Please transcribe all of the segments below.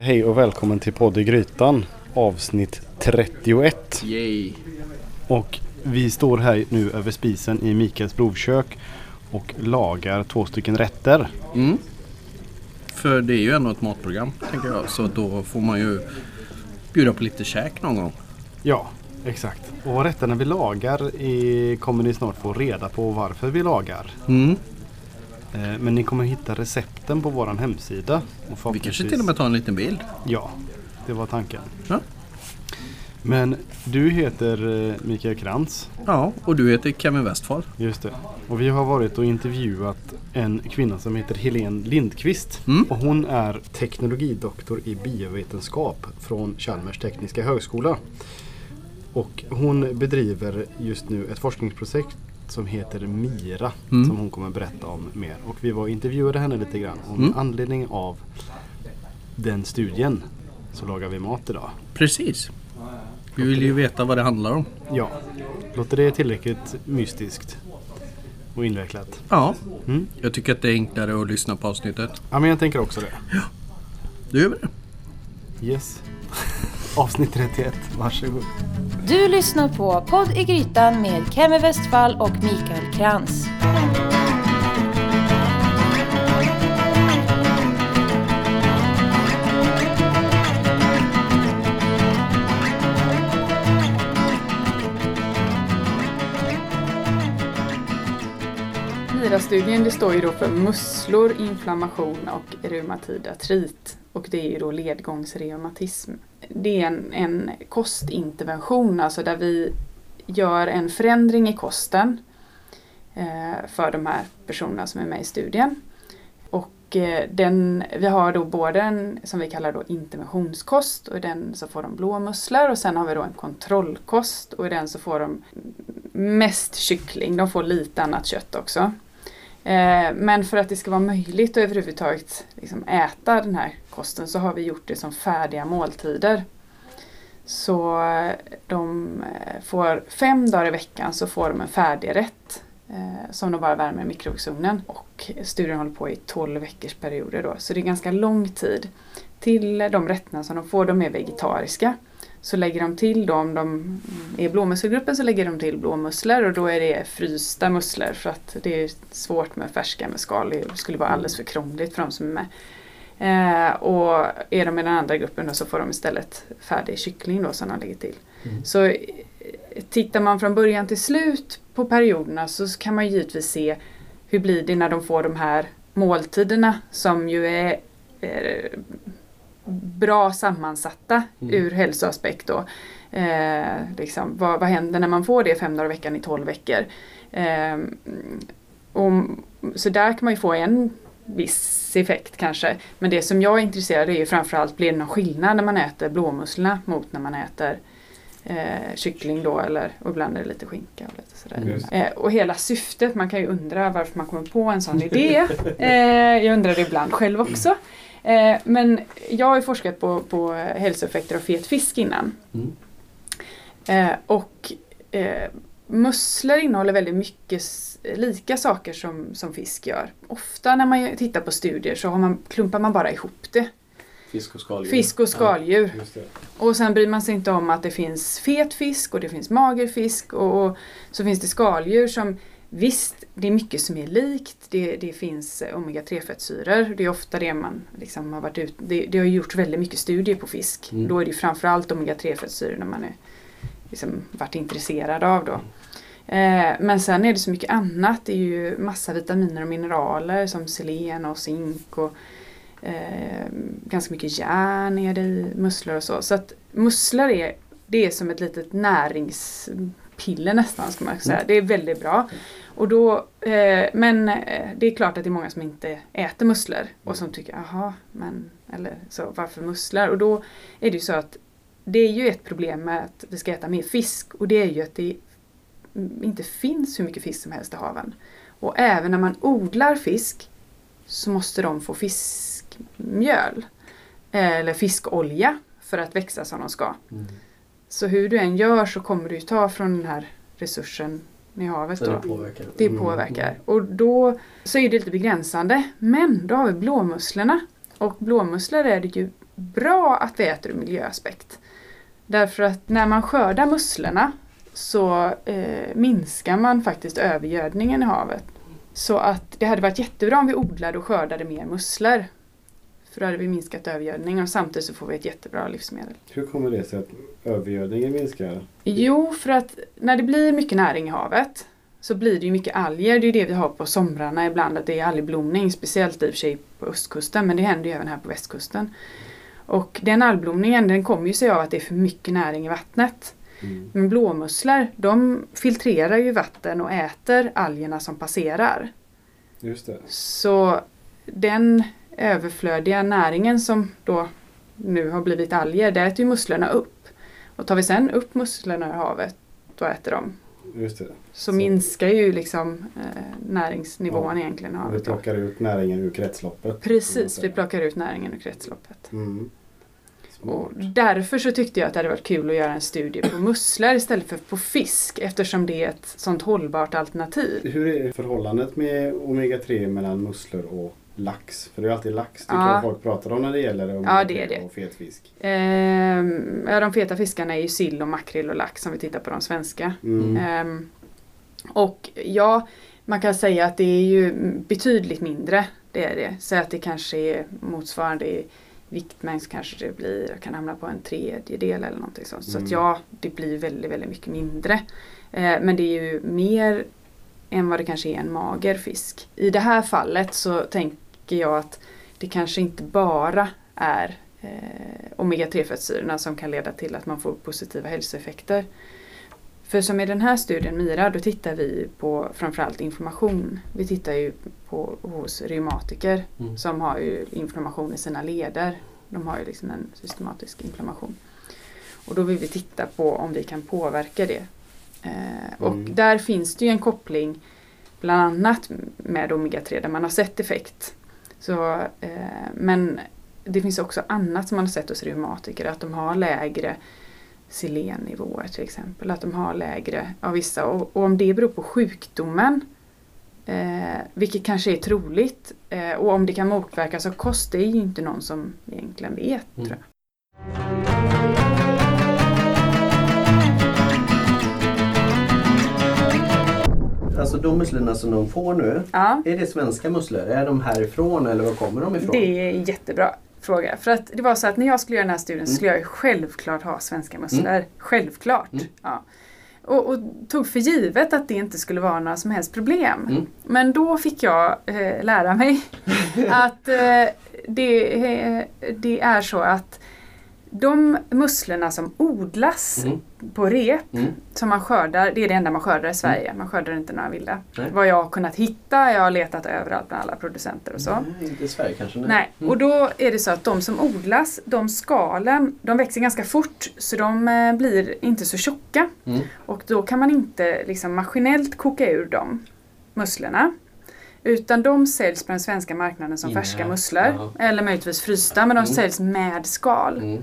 Hej och välkommen till Podd i Grytan, avsnitt 31. Yay. Och vi står här nu över spisen i Mikaels provkök och lagar 2 stycken rätter. För det är ju ändå ett matprogram, tänker jag. Så då får man ju bjuda på lite käk någon gång. Ja, exakt. Och rätterna vi lagar kommer ni snart få reda på varför vi lagar. Men ni kommer hitta recepten på våran hemsida. Och Vi kanske till och med tar en liten bild. Ja, det var tanken. Ja. Men du heter Mikael Krantz. Ja, och du heter Kevin Westfall. Just det. Och vi har varit och intervjuat en kvinna som heter Helene Lindqvist. Och hon är teknologidoktor i biovetenskap från Chalmers tekniska högskola. Och hon bedriver just nu ett forskningsprojekt som heter Mira, som hon kommer berätta om mer. Och vi var och intervjuade henne lite grann. Och med anledning av den studien så lagar vi mat idag. Precis. Vi vill ju veta vad det handlar om. Ja, låter det tillräckligt mystiskt och invecklat? Ja, jag tycker att det är enklare att lyssna på avsnittet. Ja, men jag tänker också det. Ja, då gör vi det. Yes. Avsnitt 31, varsågod. Du lyssnar på Podd i Grytan med Kevin Westfall och Mikael Krantz. Mira-studien, det står ju då för musslor, inflammation och reumatid artrit. Och det är ju då ledgångsreumatism. Det är en kostintervention, alltså där vi gör en förändring i kosten för de här personerna som är med i studien. Och vi har då både en som vi kallar då interventionskost, och i den så får de blåmusslor, och sen har vi då en kontrollkost, och i den så får de mest kyckling, de får lite annat kött också. Men för att det ska vara möjligt att överhuvudtaget liksom äta den här kosten så har vi gjort det som färdiga måltider. Så de får 5 dagar i veckan så får de en färdig rätt som de bara värmer i mikrovågsugnen. Och studien håller på i 12 veckors perioder då. Så det är ganska lång tid. Till de rätterna som de får, de är vegetariska. Så lägger de till dem, om de är i blåmusselgruppen så lägger de till blåmusslor, och då är det frysta musslor för att det är svårt med färska med skal. Det skulle vara alldeles för krångligt för de som är med. Och är de i den andra gruppen då, så får de istället färdig kyckling då som de lägger till. Så tittar man från början till slut på perioderna så kan man givetvis se hur blir det när de får de här måltiderna som ju är bra sammansatta ur hälsoaspekt då. Liksom, vad händer när man får det 5 dagar i veckan i 12 veckor? Så där kan man ju få en viss effekt kanske. Men det som jag är intresserad av är ju framförallt, blir det någon skillnad när man äter blåmusslorna mot när man äter kyckling då, och ibland är det lite skinka och lite sådär. Och hela syftet, man kan ju undra varför man kommer på en sån idé. Jag undrar det ibland själv också. Men jag har ju forskat på hälsoeffekter av fet fisk innan. Och musslor innehåller väldigt mycket lika saker som fisk gör. Ofta när man tittar på studier så klumpar man bara ihop det. Fisk och skaldjur. Ja, och sen bryr man sig inte om att det finns fet fisk och det finns mager fisk, och så finns det skaldjur som, visst, det är mycket som är likt. Det finns omega-3-fettsyror. Det är ofta det man liksom har varit ut. Det har gjort väldigt mycket studier på fisk. Då är det framförallt omega-3-fettsyror när man är liksom varit intresserad av då. Men sen är det så mycket annat. Det är ju massa vitaminer och mineraler som selen och zink och ganska mycket järn är det i musslor och så. Så att musslor det är som ett litet näringspiller nästan, ska man säga. Det är väldigt bra. Och då, men det är klart att det är många som inte äter musslor och som tycker, varför musslor? Och då är det ju så att det är ju ett problem med att vi ska äta mer fisk, och det är ju att det inte finns hur mycket fisk som helst i haven. Och även när man odlar fisk så måste de få fiskmjöl eller fiskolja för att växa som de ska. Så hur du än gör så kommer du ta från den här resursen i havet. Så då. Det påverkar. Och då så är det lite begränsande. Men då har vi blåmusslorna. Och blåmusslor är det ju bra att vi äter ur miljöaspekt. Därför att när man skördar musslorna så minskar man faktiskt övergödningen i havet. Så att det hade varit jättebra om vi odlade och skördade mer musslor. För då hade vi minskat övergödningen och samtidigt så får vi ett jättebra livsmedel. Hur kommer det sig att övergödningen minskar? Jo, för att när det blir mycket näring i havet så blir det ju mycket alger. Det är ju det vi har på somrarna ibland, att det är algblomning. Speciellt i och för sig på östkusten, men det händer ju även här på västkusten. Och den algblomningen, den kommer ju sig av att det är för mycket näring i vattnet. Men blåmusslor, de filtrerar ju vatten och äter algerna som passerar. Just det. Så den överflödiga näringen som då nu har blivit alger, det äter ju musslorna upp. Och tar vi sen upp musslorna i havet, då äter de. Just det. Så minskar ju liksom näringsnivån egentligen. Vi plockar ut näringen ur kretsloppet. Precis, vi plockar ut näringen ur kretsloppet. Och därför så tyckte jag att det hade varit kul att göra en studie på musslor istället för på fisk, eftersom det är ett sånt hållbart alternativ. Hur är förhållandet med omega-3 mellan musslor och lax? För det är alltid lax tycker jag folk pratar om när det gäller omega-3 och fetfisk. De feta fiskarna är ju sill och makrill och lax om vi tittar på de svenska. Och ja, man kan säga att det är ju betydligt mindre, det är det. Så att det kanske är motsvarande viktmängd, kanske det blir, kan hamna på 1/3 eller någonting sånt. Så att ja, det blir väldigt, väldigt mycket mindre. Men det är ju mer än vad det kanske är en mager fisk. I det här fallet så tänker jag att det kanske inte bara är omega-3-fettsyrorna som kan leda till att man får positiva hälsoeffekter. För som i den här studien Mira, då tittar vi på framförallt inflammation. Vi tittar ju på hos reumatiker som har ju inflammation i sina leder. De har ju liksom en systematisk inflammation. Och då vill vi titta på om vi kan påverka det. Och där finns det ju en koppling bland annat med omega-3 där man har sett effekt. Så, men det finns också annat som man har sett hos reumatiker, att de har lägre selennivåer till exempel, att de har lägre av vissa. Och om det beror på sjukdomen, vilket kanske är troligt, och om det kan motverkas av kost, det är ju inte någon som egentligen vet, tror jag. Alltså de musslorna som de får nu, är det svenska musslor? Är de härifrån eller var kommer de ifrån? Det är en jättebra fråga. För att det var så att när jag skulle göra den här studien så skulle jag ju självklart ha svenska musslor. Självklart. Ja. Och tog för givet att det inte skulle vara några som helst problem. Men då fick jag lära mig att det är så att de musslorna som odlas på rep som man skördar, det är det enda man skördar i Sverige. Man skördar inte några vilda. Vad jag har kunnat hitta, jag har letat överallt bland alla producenter och så. Inte i Sverige kanske? Nej. Och då är det så att de som odlas, de skalen, de växer ganska fort så de blir inte så tjocka. Och då kan man inte liksom maskinellt koka ur de musslorna. Utan de säljs på den svenska marknaden som färska musslor. Eller möjligtvis frysta, men de säljs med skal.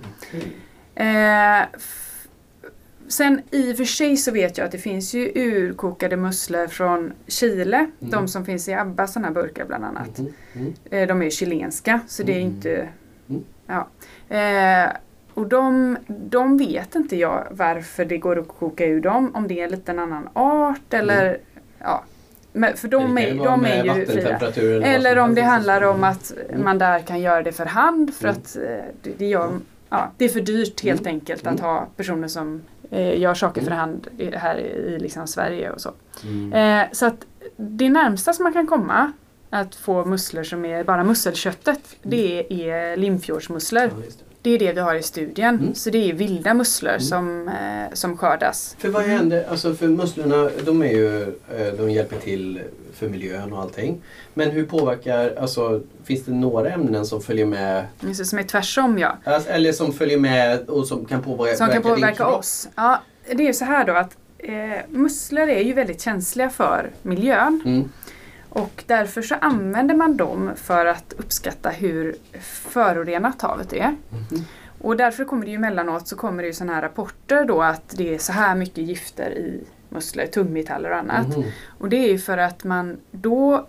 Sen i och för sig så vet jag att det finns ju urkokade musslor från Chile. De som finns i Abba, sådana burkar bland annat. De är chilenska, så det är inte... Ja. Och de vet inte jag varför det går att koka ur dem. Om det är lite en annan art eller... Ja. Men för de är ju fria. Eller om det handlar om att man där kan göra det för hand. För att det är för dyrt helt enkelt att ha personer som gör saker för hand här i liksom Sverige och så. Så att det närmsta som man kan komma att få musslor som är bara musselköttet, det är limfjordsmusslor. Det är det vi har i studien. Så det är vilda musslor som skördas. För vad händer? Alltså för musslorna, de hjälper till för miljön och allting. Men hur påverkar, alltså finns det några ämnen som följer med? Som är tvärsom, ja. Alltså, eller som följer med och som kan påverka oss. Ja, det är ju så här då att musslor är ju väldigt känsliga för miljön. Och därför så använder man dem för att uppskatta hur förorenat havet är. Och därför kommer det ju emellanåt så kommer det ju sådana här rapporter då att det är så här mycket gifter i musslor, tungmetaller och annat. Och det är ju för att man då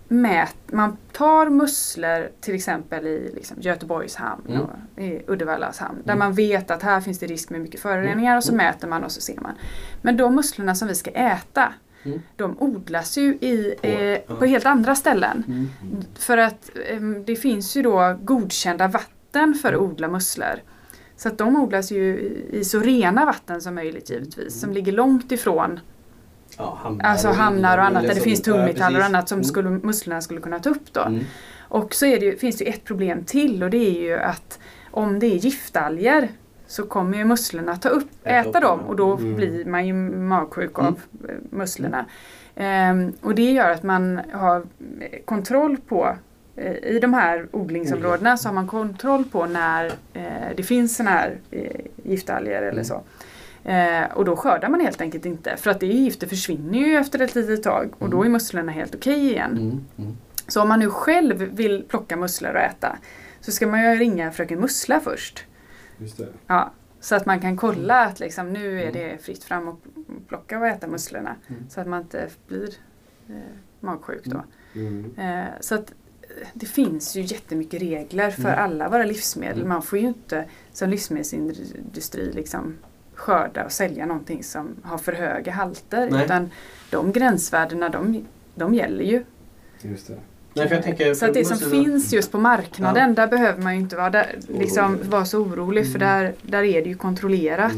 man tar musslor till exempel i liksom Göteborgs hamn och i Uddevallas hamn. Där man vet att här finns det risk med mycket föroreningar och så mäter man och så ser man. Men de musslorna som vi ska äta, de odlas ju på helt andra ställen. För att det finns ju då godkända vatten för att odla musslor. Så att de odlas ju i så rena vatten som möjligt givetvis. Som ligger långt ifrån hamnar och annat där det finns tungmetaller och annat som musslorna skulle kunna ta upp då. Och så finns det ju ett problem till, och det är ju att om det är giftalger så kommer ju musslorna äta dem, och då blir man ju magsjuk av musslorna. Och det gör att man har kontroll på, i de här odlingsområdena så har man kontroll på när det finns såna här giftalger eller så. Och då skördar man helt enkelt inte. För att det giftet försvinner ju efter ett litet tag. Och då är musslorna helt okej igen. Så om man nu själv vill plocka musslor och äta, så ska man ju ringa fröken Mussla först. Just det. Ja, så att man kan kolla att liksom, nu är det fritt fram att plocka och äta musslorna. Så att man inte blir magsjuk då. Så att det finns ju jättemycket regler för alla våra livsmedel. Man får ju inte som livsmedelsindustri liksom skörda och sälja någonting som har för höga halter. Nej. Utan de gränsvärdena, de gäller ju. Just det. Nej, för jag tänker, så att det som finns just på marknaden, där behöver man ju inte vara så orolig, för där är det ju kontrollerat.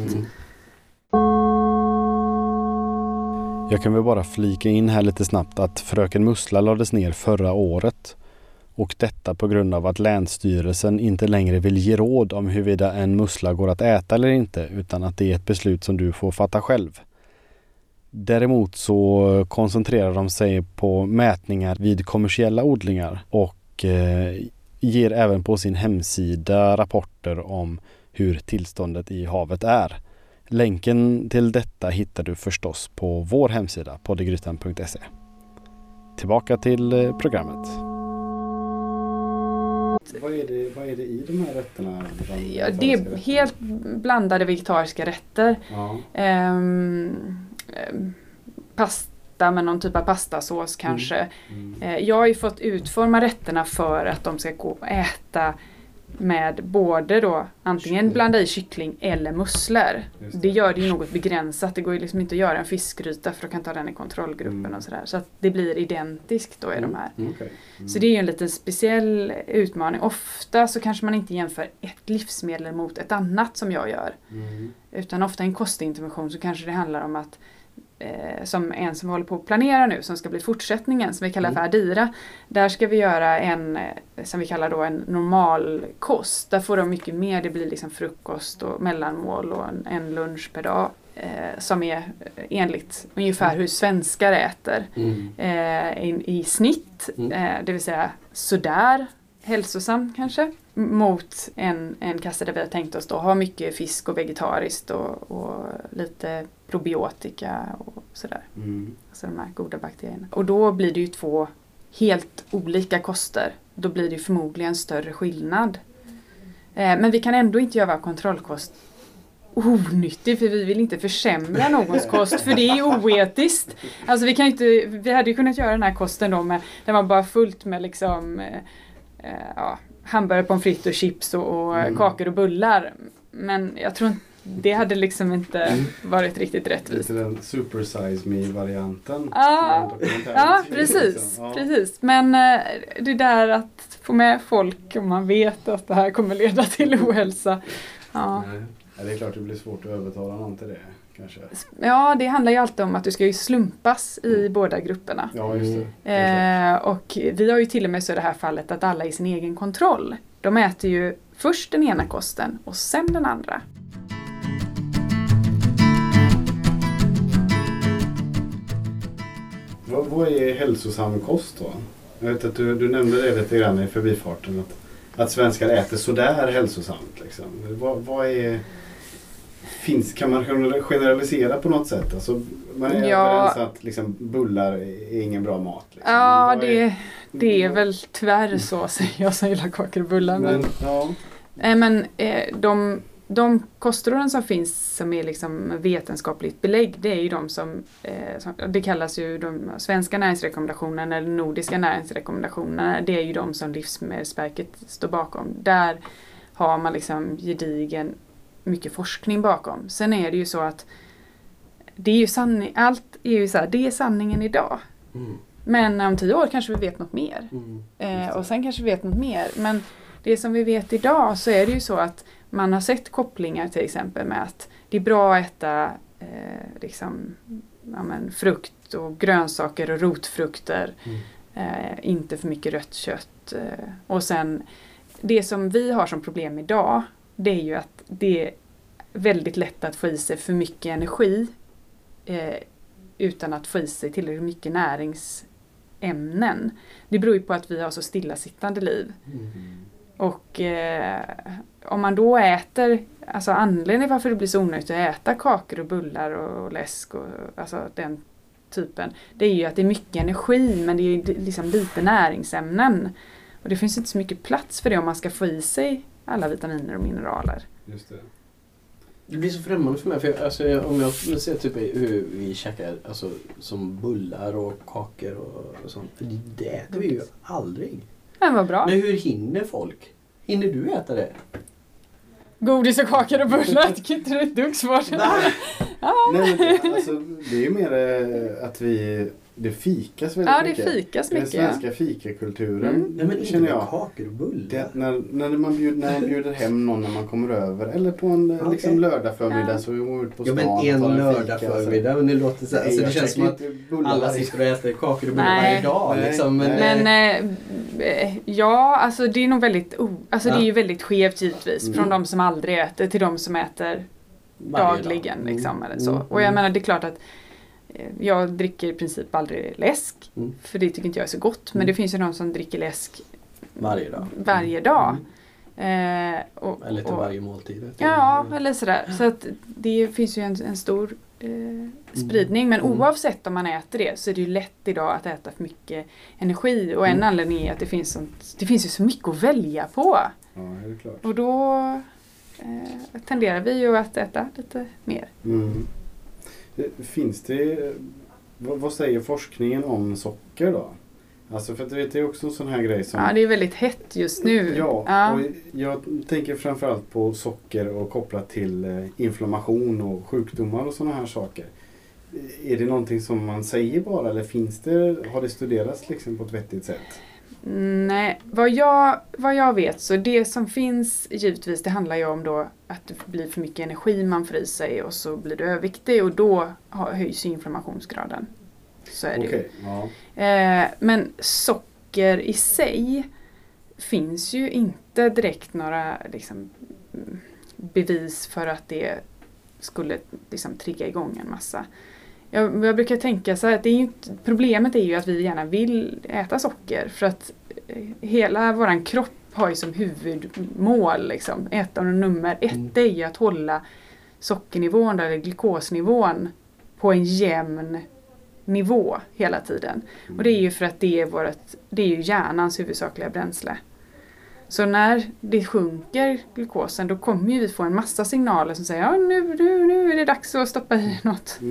Jag kan väl bara flika in här lite snabbt att Fröken Mussla lades ner förra året. Och detta på grund av att Länsstyrelsen inte längre vill ge råd om huruvida en mussla går att äta eller inte, utan att det är ett beslut som du får fatta själv. Däremot så koncentrerar de sig på mätningar vid kommersiella odlingar och ger även på sin hemsida rapporter om hur tillståndet i havet är. Länken till detta hittar du förstås på vår hemsida poddegrytan.se. Tillbaka till programmet. Vad är det i de här rätterna? Ja, det är helt blandade vegetariska rätter. Ja. Pasta med någon typ av pastasås kanske. Jag har ju fått utforma rätterna för att de ska gå och äta med både då antingen blanda i kyckling eller musslor. Det gör det ju något begränsat. Det går ju liksom inte att göra en fiskgryta, för då kan ta den i kontrollgruppen och sådär. Så att det blir identiskt då i de här. Så det är ju en liten speciell utmaning. Ofta så kanske man inte jämför ett livsmedel mot ett annat som jag gör. Utan ofta i en kostintervention så kanske det handlar om att som en som håller på att planera nu, som ska bli fortsättningen, som vi kallar för Adira. Där ska vi göra en, som vi kallar då en normal kost. Där får de mycket mer, det blir liksom frukost och mellanmål och en lunch per dag. Som är enligt ungefär hur svenskar äter i snitt. Det vill säga sådär hälsosam kanske. Mot en kassa där vi har tänkt oss då ha mycket fisk och vegetariskt och lite probiotika och sådär. Alltså de här goda bakterierna. Och då blir det ju 2 helt olika koster. Då blir det ju förmodligen större skillnad. Men vi kan ändå inte göra kontrollkost onyttig, för vi vill inte försämra någons kost, för det är ju oetiskt. Alltså vi hade ju kunnat göra den här kosten då där man bara fullt med liksom hamburgare, pommes frites och chips och kakor och bullar. Men jag tror inte det hade liksom inte varit riktigt rättvist. Det är den super size me-varianten. Ja, precis. Men det där att få med folk om man vet att det här kommer leda till ohälsa. Ja. Nej, det är klart det blir svårt att övertala någon till det. Kanske. Ja, det handlar ju alltid om att du ska ju slumpas i båda grupperna. Ja, just det. Och vi har ju till och med så i det här fallet att alla är i sin egen kontroll. De äter ju först den ena kosten och sen den andra. Vad är hälsosam kost då? Jag vet att du nämnde det lite grann i förbifarten. Att svenskar äter sådär hälsosamt. Liksom. Vad är... Kan man generalisera på något sätt? Alltså, man är överens att liksom, bullar är ingen bra mat. Liksom. Ja, det är väl tyvärr så, säger jag som gillar kakor och bullar. de kostråden som finns som är liksom vetenskapligt belägg, det är ju de som det kallas ju de svenska näringsrekommendationerna eller nordiska näringsrekommendationerna. Det är ju de som Livsmedelsverket står bakom. Där har man liksom gedigen mycket forskning bakom. Sen är det ju så att det är ju allt är ju så här, det är sanningen idag. Men om 10 år kanske vi vet något mer. Och sen kanske vi vet något mer. Men det som vi vet idag så är det ju så att man har sett kopplingar till exempel med att det är bra att äta frukt och grönsaker och rotfrukter. Inte för mycket rött kött. Och sen det som vi har som problem idag, det är ju att det är väldigt lätt att få i sig för mycket energi utan att få i sig tillräckligt mycket näringsämnen. Det beror ju på att vi har så stillasittande liv. Och om man då äter, alltså anledningen varför det blir så onödigt att äta kakor och bullar och läsk och alltså den typen, det är ju att det är mycket energi men det är liksom lite näringsämnen. Och det finns inte så mycket plats för det om man ska få i sig alla vitaminer och mineraler. Just det. Det blir så främmande för mig. För alltså, om jag ser typ hur vi käkar alltså, som bullar och kakor och sånt. För det äter vi ju aldrig. Men vad bra. Men hur hinner folk? Hinner du äta det? Godis och kakor och bullar, tycker inte det är ett dugg svårt. Nej, men alltså, det är ju mer att det fikas väldigt mycket. Ja, det fikas mycket. Den svenska fikakulturen, Nej, men känner jag. Kakor och bullar. Det, när man bjuder hem någon när man kommer över. Eller på en liksom lördag förmiddag så vi går ut på stan. Ja, men en lördag förmiddag. Men det låter så, alltså, det känns som att alla sitter och äter kakor och bullar varje dag. Nej, liksom. Men ja, alltså det är nog väldigt det är ju väldigt skevt givetvis. Från de som aldrig äter till de som äter dagligen. Liksom, eller så. Och jag menar, det är klart att jag dricker i princip aldrig läsk. För det tycker inte jag är så gott. Men det finns ju någon som dricker läsk varje dag. Eller till varje måltid. Ja, eller sådär. Så att det finns ju en stor spridning. Men oavsett om man äter det så är det ju lätt idag att äta för mycket energi. Och en anledning är att det finns ju så mycket att välja på. Ja, det är klart. Och då tenderar vi ju att äta lite mer. Finns det, vad säger forskningen om socker då? Alltså för att det är också en sån här grej som... Ja, det är väldigt hett just nu. Ja. Och jag tänker framförallt på socker och kopplat till inflammation och sjukdomar och såna här saker. Är det någonting som man säger bara eller har det studerats liksom på ett vettigt sätt? Nej, vad jag vet så det som finns givetvis det handlar ju om då att det blir för mycket energi man får i sig och så blir det överviktig och då höjs inflammationsgraden. Så är det ju. Ja. Men socker i sig finns ju inte direkt några liksom, bevis för att det skulle liksom, trigga igång en massa. Jag brukar tänka så här att problemet är ju att vi gärna vill äta socker för att hela våran kropp har ju som huvudmål liksom, nummer 1 är ju att hålla sockernivån eller glukosnivån på en jämn nivå hela tiden. Och det är ju för att det är ju hjärnans huvudsakliga bränsle. Så när det sjunker glukosen då kommer ju vi få en massa signaler som säger nu är det dags att stoppa i något.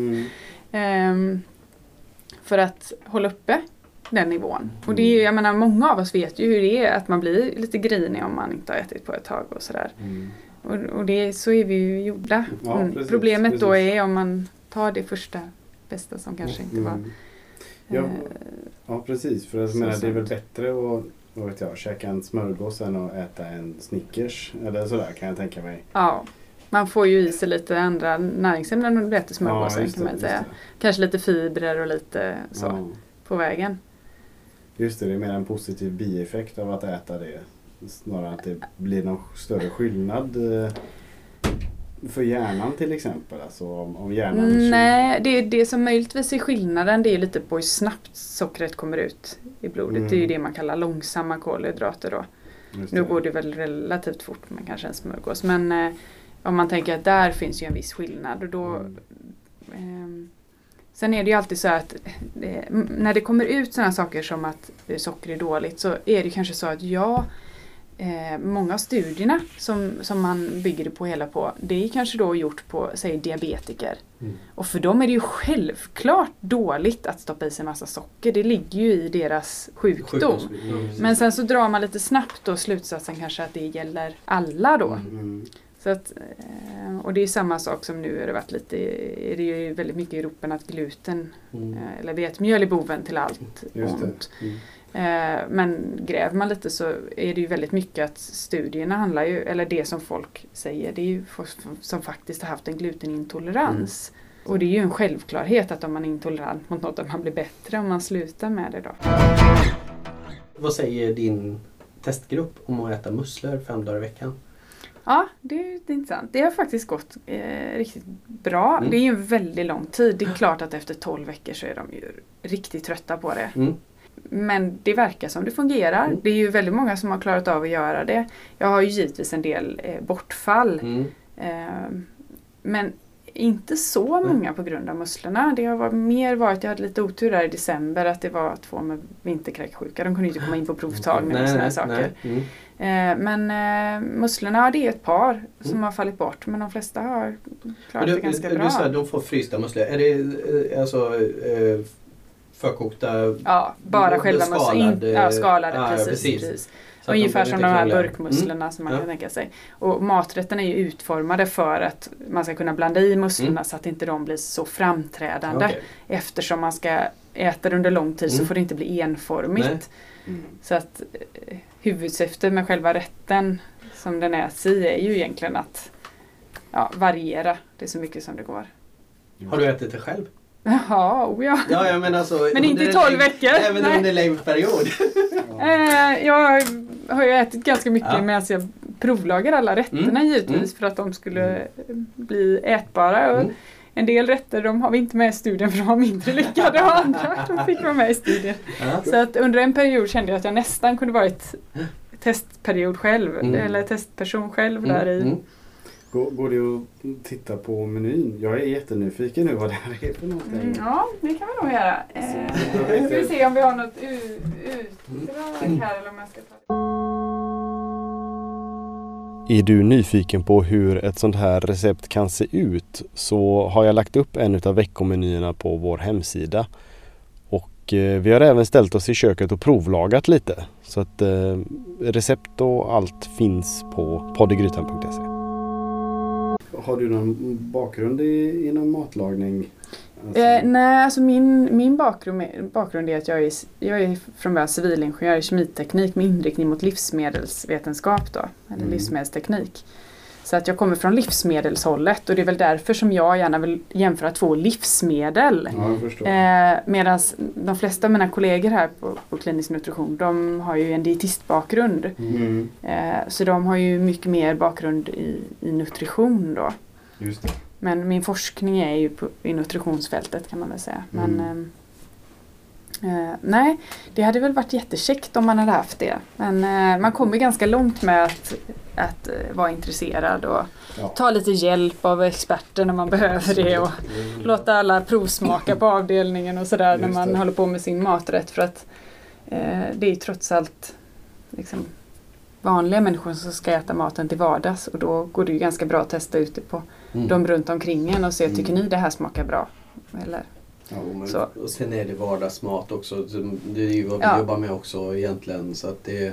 För att hålla uppe den nivån. Och det är, jag menar, många av oss vet ju hur det är att man blir lite grinig om man inte har ätit på ett tag och sådär. Och så är vi ju gjorda. Ja, Problemet då är om man tar det första bästa som kanske inte var... Ja, precis. För jag menar, det är väl bättre att käka en smörgås än att äta en Snickers eller sådär kan jag tänka mig. Ja, man får ju i sig lite andra näringsämnen när du äter smörgåsen kan man säga. Kanske lite fibrer och lite så på vägen. Just det är mer en positiv bieffekt av att äta det. Snarare att det blir någon större skillnad för hjärnan till exempel. Alltså om hjärnan... Nej, det som möjligtvis är skillnaden det är lite på hur snabbt sockret kommer ut i blodet. Det är ju det man kallar långsamma kolhydrater då. Nu går det väl relativt fort med kanske en smörgås. Men om man tänker att där finns ju en viss skillnad. Och då, sen är det ju alltid så att när det kommer ut sådana saker som att socker är dåligt så är det kanske så att många av studierna som man bygger det på hela på, det är kanske då gjort på, säg, diabetiker. Och för dem är det ju självklart dåligt att stoppa i sig en massa socker. Det ligger ju i deras sjukdom. Men sen så drar man lite snabbt då slutsatsen kanske att det gäller alla då. Så att, och det är samma sak som nu har det varit lite, är det ju väldigt mycket i Europa att gluten eller vetemjöl är boven till allt ont. Men gräver man lite så är det ju väldigt mycket att studierna handlar ju, eller det som folk säger, det är ju folk som faktiskt har haft en glutenintolerans. Och det är ju en självklarhet att om man är intolerant mot något att man blir bättre om man slutar med det då. Vad säger din testgrupp om att äta musslor 5 dagar i veckan? Ja, det är intressant. Det har faktiskt gått riktigt bra. Det är ju en väldigt lång tid. Det är klart att efter 12 veckor så är de ju riktigt trötta på det. Men det verkar som det fungerar. Det är ju väldigt många som har klarat av att göra det. Jag har ju givetvis en del bortfall. Men inte så många på grund av musslorna. Det har mer varit, jag hade lite otur där i december att det var 2 med vinterkräksjuka. De kunde inte komma in på provtagning och sådana saker. Men musslorna, det är ett par som har fallit bort. Men de flesta har klarat det ganska bra. Du sa att de får frysta musslor. Är det alltså förkokta? Ja, bara själva musslorna. Skalade, precis. Ungefär som de här burkmusslorna som man kan tänka sig. Och maträtten är ju utformade för att man ska kunna blanda i musslorna så att inte de blir så framträdande. Eftersom man ska äta det under lång tid så får det inte bli enformigt. Så att huvudsyftet med själva rätten som den äts i är ju egentligen att variera det så mycket som det går. Har du ätit det själv? Ja. Men, alltså, men inte i 12 veckor. Även under en längre period. Jag har ju ätit ganska mycket medan jag provlagar alla rätterna givetvis för att de skulle bli ätbara. Och en del rätter de har vi inte med i studien för de var mindre lyckade och andra de fick vara med i studien. Så att under en period kände jag att jag nästan kunde varit testperiod själv eller testperson själv där i. Går det att titta på menyn? Jag är jättenyfiken nu vad det här är för någonting. Ja, det kan vi nog göra. Nu ska vi se om vi har något utdrag här eller om jag ska ta det. Är du nyfiken på hur ett sånt här recept kan se ut så har jag lagt upp en av veckomenyerna på vår hemsida. Och vi har även ställt oss i köket och provlagat lite. Så att recept och allt finns på poddegrytan.se. Har du någon bakgrund inom matlagning? Nej, alltså min bakgrund är att jag är från början civilingenjör i kemiteknik med inriktning mot livsmedelsvetenskap då, eller livsmedelsteknik. Så att jag kommer från livsmedelshållet och det är väl därför som jag gärna vill jämföra 2 livsmedel. Ja, jag förstår. Medan de flesta av mina kollegor här på klinisk nutrition, de har ju en dietistbakgrund. Så de har ju mycket mer bakgrund i nutrition då. Just det. Men min forskning är ju i nutritionsfältet kan man väl säga. Men nej, det hade väl varit jättekäckt om man hade haft det. Men man kommer ganska långt med att vara intresserad och ta lite hjälp av experter när man behöver det och låta alla provsmaka på avdelningen och sådär när man håller på med sin maträtt. För att det är trots allt liksom vanliga människor som ska äta maten till vardags och då går det ju ganska bra att testa ut det på de runt omkring en och se, tycker ni det här smakar bra? Eller? Ja, och sen är det vardagsmat också. Det är ju vad vi jobbar med också egentligen. Så att det är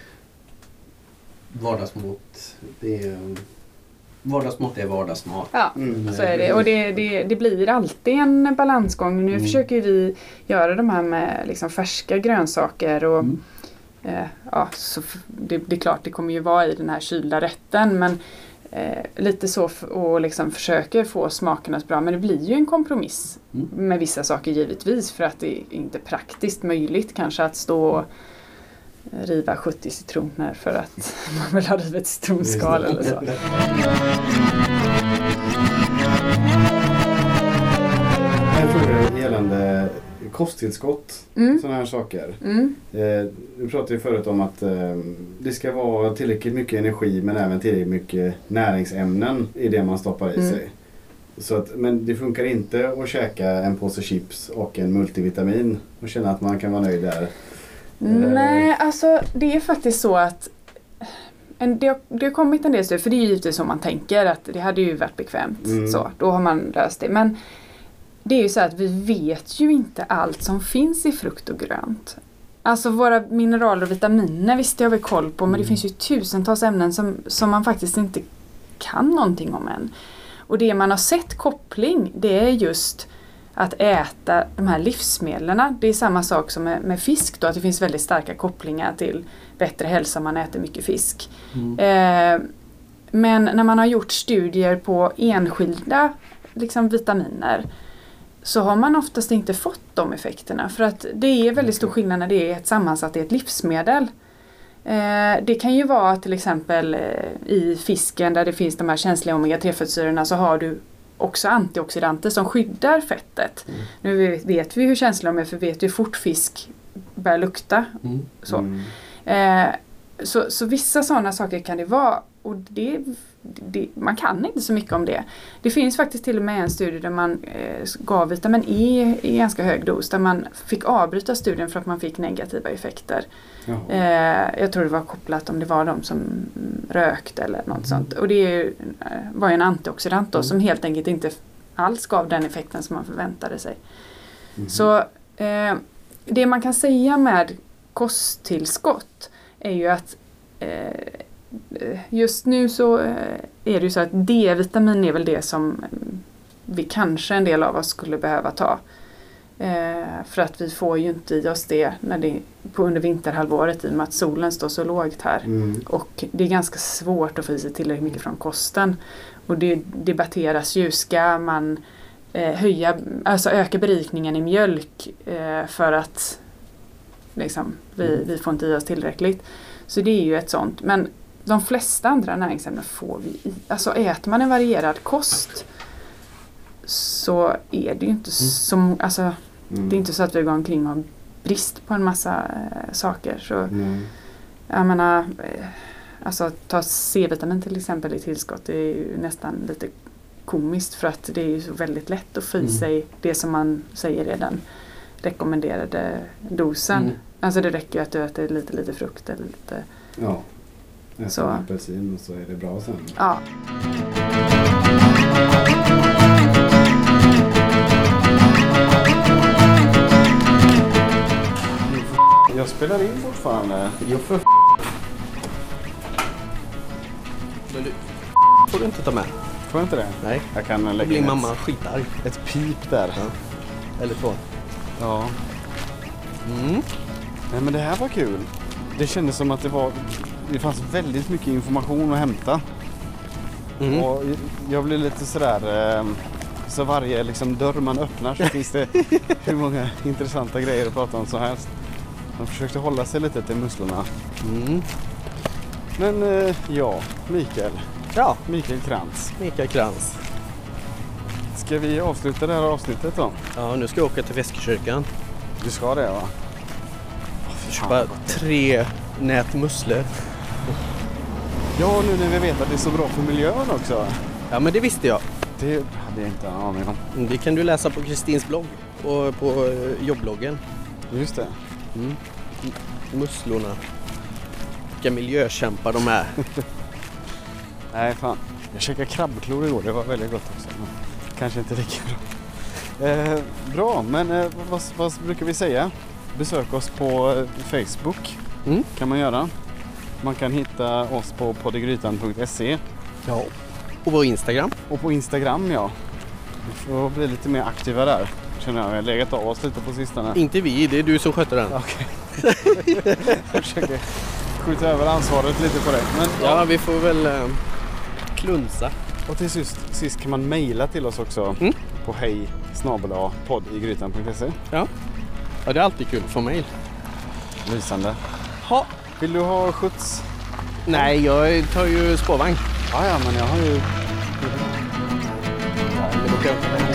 vardagsmat. Vardagsmat är vardagsmat. Ja, så är det. Och det blir alltid en balansgång. Nu försöker vi göra de här med liksom färska grönsaker och så det är klart det kommer ju vara i den här kylda rätten men lite så och liksom försöker få smakerna bra men det blir ju en kompromiss med vissa saker givetvis för att det är inte praktiskt möjligt kanske att stå och riva 70 citroner för att man vill ha rivet citronskal eller så. En fråga gällande kosttillskott, sådana här saker. Du pratade ju förut om att det ska vara tillräckligt mycket energi men även tillräckligt mycket näringsämnen i det man stoppar i sig. Så att, men det funkar inte att käka en påse chips och en multivitamin och känna att man kan vara nöjd där. Nej, alltså det är faktiskt så att det har kommit en del studier, för det är ju givetvis som man tänker att det hade ju varit bekvämt. Så, då har man löst det. Men det är ju så att vi vet ju inte allt som finns i frukt och grönt. Alltså våra mineraler och vitaminer visst har vi koll på, men det finns ju tusentals ämnen som man faktiskt inte kan någonting om än. Och det man har sett koppling, det är just att äta de här livsmedlen. Det är samma sak som med fisk då, att det finns väldigt starka kopplingar till bättre hälsa om man äter mycket fisk. Men när man har gjort studier på enskilda liksom, vitaminer så har man oftast inte fått de effekterna. För att det är väldigt stor skillnad när det är ett sammansatt i ett livsmedel. Det kan ju vara till exempel i fisken där det finns de här känsliga omega-3-fettsyrorna, så har du också antioxidanter som skyddar fettet. Nu vet vi hur känsliga de är, för vi vet hur fort fisk börjar lukta. Så vissa sådana saker kan det vara, och man kan inte så mycket om det. Det finns faktiskt till och med en studie där man gav vitamin E i ganska hög dos, där man fick avbryta studien för att man fick negativa effekter. Jag tror det var kopplat om det var de som rökte eller något sånt. Och det var ju en antioxidant då, som helt enkelt inte alls gav den effekten som man förväntade sig. Så det man kan säga med kosttillskott är ju att just nu så är det ju så att D-vitamin är väl det som vi kanske en del av oss skulle behöva ta. För att vi får ju inte i oss det under vinterhalvåret, i och med att solen står så lågt här. Och det är ganska svårt att få i sig tillräckligt mycket från kosten. Och det debatteras ju, ska man öka berikningen i mjölk för att liksom, vi får inte i oss tillräckligt. Så det är ju ett sånt. Men de flesta andra näringsämnen får vi i. Alltså äter man en varierad kost så är det ju inte som, alltså det är inte så att vi går omkring och har brist på en massa saker. Så jag menar, alltså ta C-vitamin till exempel i tillskott, det är ju nästan lite komiskt, för att det är ju så väldigt lätt att få i sig det som man säger är den rekommenderade dosen. Alltså det räcker ju att du äter lite frukt eller lite... Ja, äter en apelsin och så är det bra sen. Ja. Jag spelar in fortfarande. Jo för Men du får du inte ta med. Får jag inte det? Nej. Jag kan Då lägga blir in mamma skitarg. ett pip där. Ja. Eller två. Ja. Nej, men det här var kul. Det kändes som att det fanns väldigt mycket information att hämta. Och jag blev lite sådär, så varje liksom dörr man öppnar så finns det hur många intressanta grejer att prata om så helst. Man försökte hålla sig lite till musslorna. Men ja, Mikael. Ja, Mikael Krantz. Mikael Krantz. Ska vi avsluta det här avsnittet då? Ja, nu ska jag åka till Västkyrkan. Du ska det, va? Köpa 3 nät musslor. Ja, nu när vi vet att det är så bra för miljön också. Ja, men det visste jag. Det hade jag inte en aning om. Det kan du läsa på Kristins blogg och på jobbloggen. Just det. Musslorna. Vilka miljökämpar de är. Nej, fan. Jag käkade krabbklor igår. Det var väldigt gott också. Men kanske inte lika bra. Bra, men vad brukar vi säga? Besök oss på Facebook. Kan man göra. Man kan hitta oss på podigrytan.se. Ja. Och på Instagram. Och på Instagram, ja. Vi får bli lite mer aktiva där. Känner jag. Vi har legat av oss lite på sistone. Inte vi, det är du som sköter den. Okej. Jag försöker skjuta över ansvaret lite på dig. Men, ja, vi får väl klunsa. Och till sist kan man mejla till oss också på hej@podigrytan.se. Ja, det är alltid kul att få mejl. Lysande. Ha. Vill du ha skjuts? Nej, jag tar ju spårvagn. Ja, men jag har ju... Ja, men då kan jag